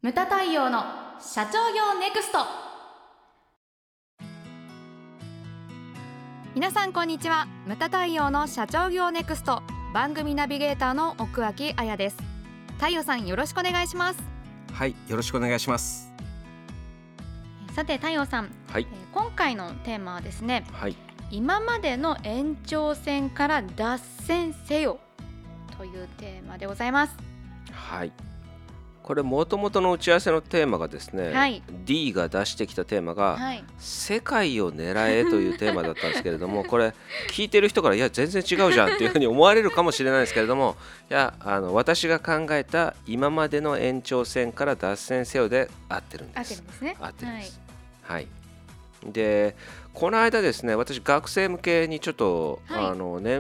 ムタ太陽の社長業ネクスト。皆さんこんにちは。ムタ太陽の社長業ネクスト番組ナビゲーターの奥脇彩です。太陽さん、よろしくお願いします。 はい、よろしくお願いします。 さて太陽さん、 はい、 今回のテーマはですね、 はい、 今までの延長線から脱線せよというテーマでございます。 はい、これ元々の打ち合わせのテーマがですね、 はい、 D が出してきたテーマが、 はい、 世界を狙えというテーマだったんですけれどもこれ聞いてる人からいや全然違うじゃんっていうふうに思われるかもしれないですけれども、いや私が考えた今までの延長線から脱線せよで合ってるんです。 合ってるんですね。 合ってるんです。はい、でこの間ですね、私学生向けにちょっと、 はい、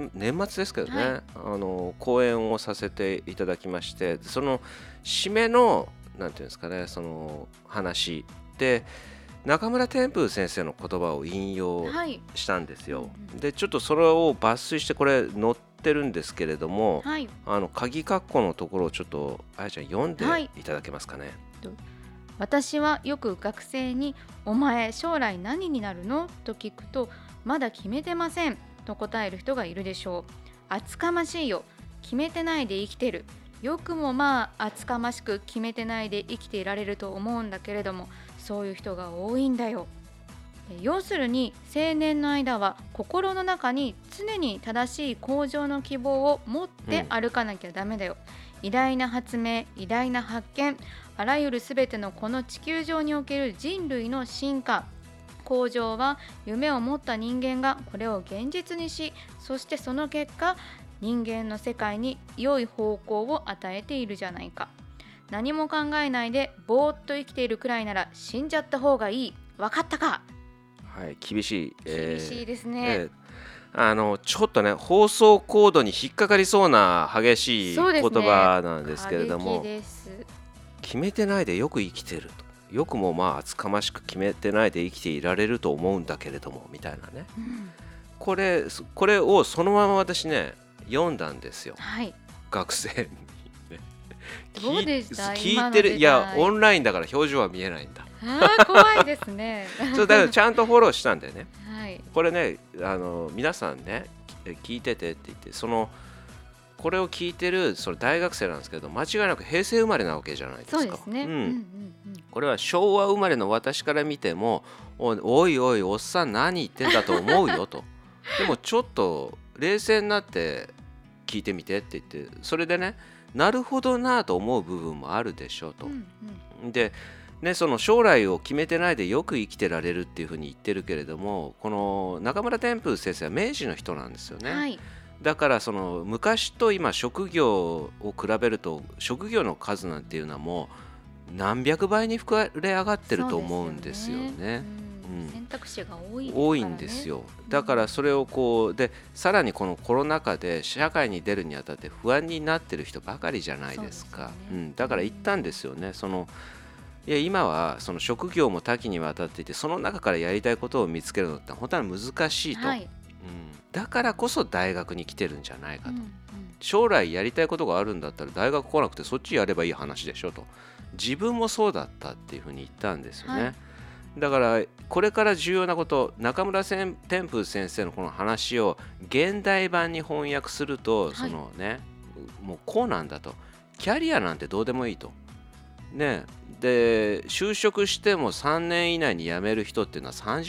年末ですけどね、 はい、 講演をさせていただきまして、その締めのなんていうんですかね、その話で中村天風先生の言葉を引用したんですよ。でちょっとそれを抜粋してこれ載ってるんですけれども、 はい、 鍵括弧のところをちょっとあやちゃん読んでいただけますかね。 私はよく学生にお前将来何になるのと聞くと、まだ決めてませんと答える人がいるでしょう。厚かましいよ、決めてないで生きてる。よくもまあ厚かましく決めてないで生きていられると思うんだけれども、そういう人が多いんだよ。要するに青年の間は心の中に常に正しい向上の希望を持って歩かなきゃダメだよ。偉大な発明、偉大な発見、あらゆるすべてのこの地球上における人類の進化向上は、夢を持った人間がこれを現実にし、そしてその結果人間の世界に良い方向を与えているじゃないか。何も考えないでぼーっと生きているくらいなら死んじゃった方がいい。わかったか。 はい、厳しい、 厳しいですね。 ちょっとね放送コードに引っかかりそうな激しい言葉なんですけれども、決めてないでよく生きてると、よくもまあ厚かましく決めてないで生きていられると思うんだけれどもみたいなね、これをそのまま私ね読んだんですよ、 はい、 学生に、ね、 どうでした？ 聞いてる。いやオンラインだから表情は見えないんだ。 怖いですね。 そうだからちゃんとフォローしたんだよね。 はい、 これね皆さんね聞いててって言って、これを聞いてるその大学生なんですけど、間違いなく平成生まれなわけじゃないですか。 そうですね、 これは昭和生まれの私から見ても、おいおいおっさん何言ってんだと思うよとでもちょっと冷静になって聞いてみてって言って、それでね、なるほどなと思う部分もあるでしょうと、でね、その将来を決めてないでよく生きてられるっていうふうに言ってるけれども、この中村天風先生は明治の人なんですよね、 はい、 だからその昔と今職業を比べると職業の数なんていうのはもう何百倍に膨れ上がってると思うんですよね。 選択肢が多いですからね。 多いんですよ。だからそれをこうでさらにこのコロナ禍で社会に出るにあたって不安になってる人ばかりじゃないですか。だから言ったんですよね。いや今はその職業も多岐にわたっていて、その中からやりたいことを見つけるのって本当は難しいと、だからこそ大学に来てるんじゃないかと、将来やりたいことがあるんだったら大学来なくてそっちやればいい話でしょと、自分もそうだったっていうふうに言ったんですよね、だからこれから重要なこと、中村天風先生のこの話を現代版に翻訳すると、そのね、もうこうなんだと、キャリアなんてどうでもいいとね。で就職しても3年以内に辞める人っていうのは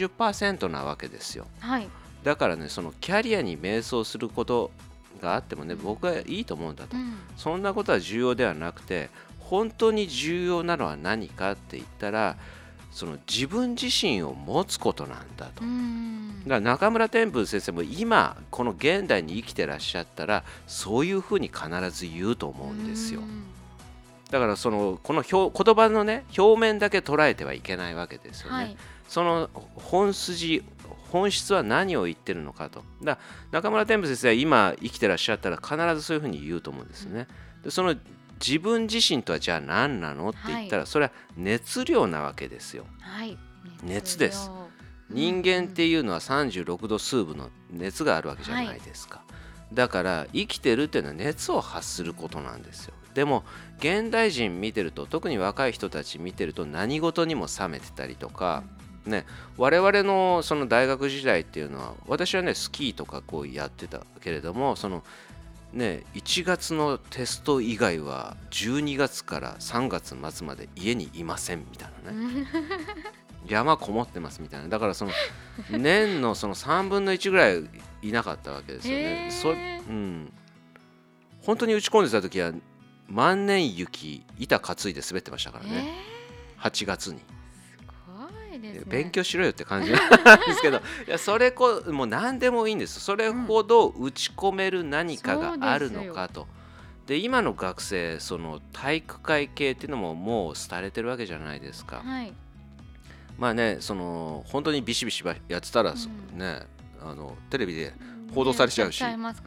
30% なわけですよ、だからね、そのキャリアに迷走することがあってもね、僕はいいと思うんだと、そんなことは重要ではなくて、本当に重要なのは何かって言ったら、その自分自身を持つことなんだと。だから中村天風先生も今この現代に生きてらっしゃったらそういうふうに必ず言うと思うんですよ。だからこの言葉のね表面だけ捉えてはいけないわけですよね、その本質は何を言ってるのかと。だから中村天風先生は今生きてらっしゃったら必ずそういうふうに言うと思うんですね。でその自分自身とはじゃあ何なのって言ったら、それは熱量なわけですよ、熱です。人間っていうのは36度数分の熱があるわけじゃないですか、だから生きてるっていうのは熱を発することなんですよ。 でも現代人見てると、特に若い人たち見てると何事にも冷めてたりとか、ね、我々のその大学時代っていうのは、私はねスキーとかこうやってたけれども、そのね、1月のテスト以外は12月から3月末まで家にいませんみたいなね山こもってますみたいな。だからその年のその3分の1ぐらいいなかったわけですよね。本当に打ち込んでた時は万年雪板担いで滑ってましたからね、8月に。勉強しろよって感じなんですけどいや、それもう何でもいいんです。それほど打ち込める何かがあるのかと。で今の学生、その体育会系っていうのももう廃れてるわけじゃないですか、まあね、その本当にビシビシやってたら、ね、テレビで報道されちゃうし、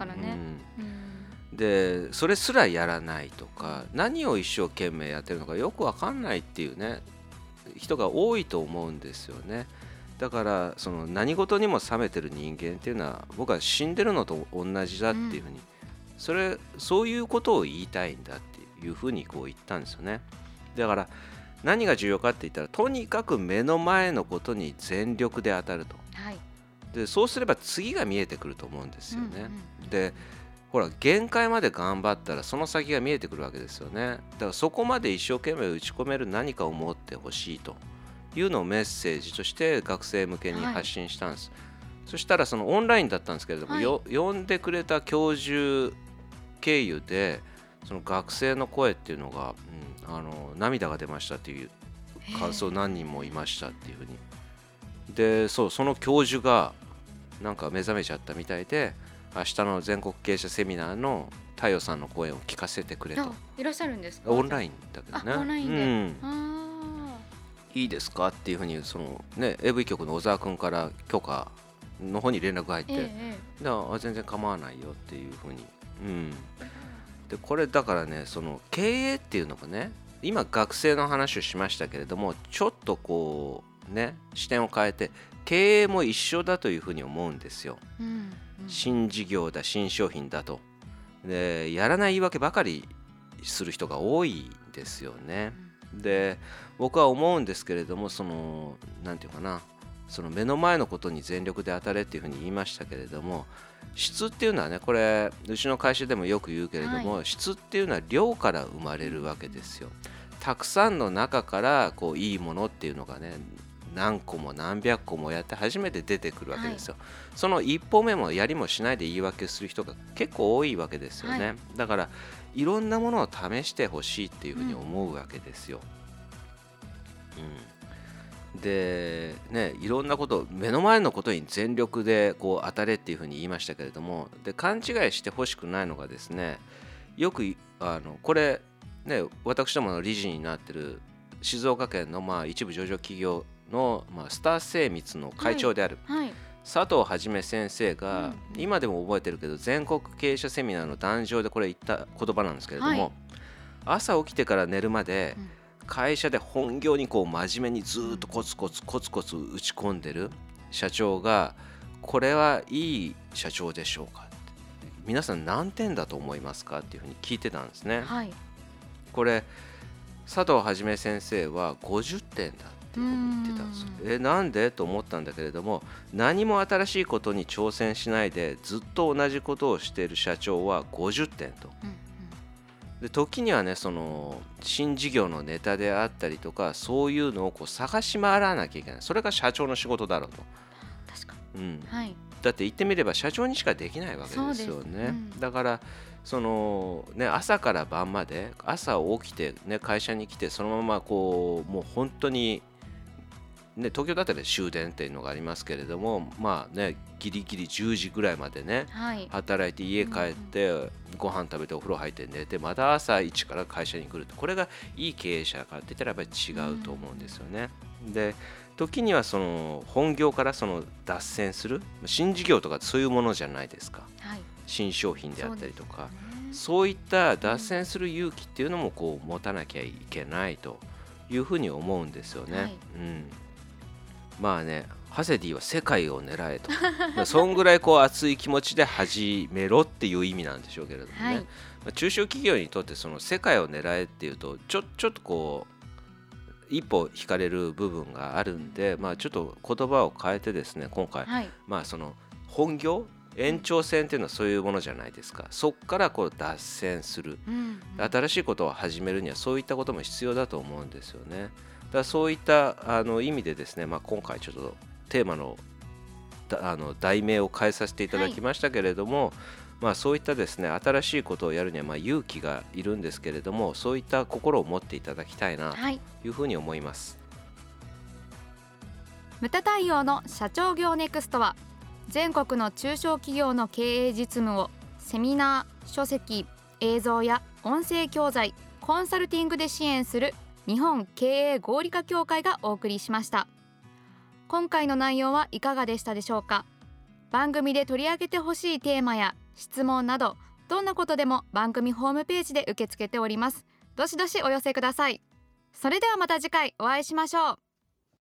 でそれすらやらないとか、何を一生懸命やってるのかよく分かんないっていうね人が多いと思うんですよね。だからその何事にも冷めてる人間っていうのは、僕は死んでるのと同じだっていうふうに、そういうことを言いたいんだっていうふうにこう言ったんですよね。だから何が重要かって言ったら、とにかく目の前のことに全力で当たると、でそうすれば次が見えてくると思うんですよね、でほら限界まで頑張ったらその先が見えてくるわけですよね。だからそこまで一生懸命打ち込める何かを持ってほしいというのをメッセージとして学生向けに発信したんです、そしたらそのオンラインだったんですけれども、呼んでくれた教授経由でその学生の声っていうのが、涙が出ましたっていう感想何人もいましたっていうふうに。でその教授がなんか目覚めちゃったみたいで、明日の全国経営者セミナーの太陽さんの講演を聞かせてくれと。 いらっしゃるんですか？ オンラインだけどね。 オンラインで、 いいですかっていうふうに、そのね AV 局の小沢君から許可の方に連絡が入って、全然構わないよっていうふうに、でこれだからね、その経営っていうのもね、今学生の話をしましたけれども、ちょっとこうね視点を変えて、経営も一緒だというふうに思うんですよ、新事業だ新商品だと。でやらない言い訳ばかりする人が多いんですよね。で僕は思うんですけれども、そのなんていうかな、その目の前のことに全力で当たれっていうふうに言いましたけれども、質っていうのはね、これうちの会社でもよく言うけれども、質っていうのは量から生まれるわけですよ。たくさんの中からこういいものっていうのがね、何個も何百個もやって初めて出てくるわけですよ、その一歩目もやりもしないで言い訳する人が結構多いわけですよね、だからいろんなものを試してほしいっていうふうに思うわけですよ、でね、いろんなこと、目の前のことに全力でこう当たれっていうふうに言いましたけれども、で勘違いしてほしくないのがですね、よくこれね、私どもの理事になってる静岡県の一部上場企業のスター精密の会長である、佐藤はじめ先生が、今でも覚えてるけど、全国経営者セミナーの壇上でこれ言った言葉なんですけれども、朝起きてから寝るまで会社で本業にこう真面目にずっとコツコツ打ち込んでる社長が、これはいい社長でしょうか、皆さん何点だと思いますかっていうふうに聞いてたんですね、これ佐藤はじめ先生は50点だっていうふうに言ってたんですよ。なんでと思ったんだけれども、何も新しいことに挑戦しないでずっと同じことをしている社長は50点と、で時にはね、その新事業のネタであったりとか、そういうのをこう探し回らなきゃいけない、それが社長の仕事だろうと。 確かに、 だって言ってみれば社長にしかできないわけですよね、だからそのね、朝から晩まで、朝起きて、ね、会社に来てそのままこうもう本当に、ね、東京だったら終電っていうのがありますけれども、ギリギリ10時ぐらいまでね、働いて家帰って、ご飯食べてお風呂入って寝て、また朝一から会社に来るって、これがいい経営者かって言ったらやっぱり違うと思うんですよね、で時にはその本業からその脱線する新事業とかそういうものじゃないですか、新商品であったりとか、そういった脱線する勇気っていうのもこう持たなきゃいけないというふうに思うんですよね、 まあね、ハセディは世界を狙えとそんぐらいこう熱い気持ちで始めろっていう意味なんでしょうけれどもね、 はい中小企業にとってその世界を狙えっていうとちょっとこう一歩引かれる部分があるんで、ちょっと言葉を変えてですね、今回、 はいその本業延長線っていうのはそういうものじゃないですか。そこからこう脱線する、新しいことを始めるにはそういったことも必要だと思うんですよね。だからそういった意味でですね、今回ちょっとテーマの題名を変えさせていただきましたけれども、そういったですね新しいことをやるには勇気がいるんですけれども、そういった心を持っていただきたいなというふうに思います。 ムタ太陽の社長業ネクストは、全国の中小企業の経営実務をセミナー、書籍、映像や音声教材、コンサルティングで支援する日本経営合理化協会がお送りしました。今回の内容はいかがでしたでしょうか。番組で取り上げてほしいテーマや質問など、どんなことでも番組ホームページで受け付けております。どしどしお寄せください。それではまた次回お会いしましょう。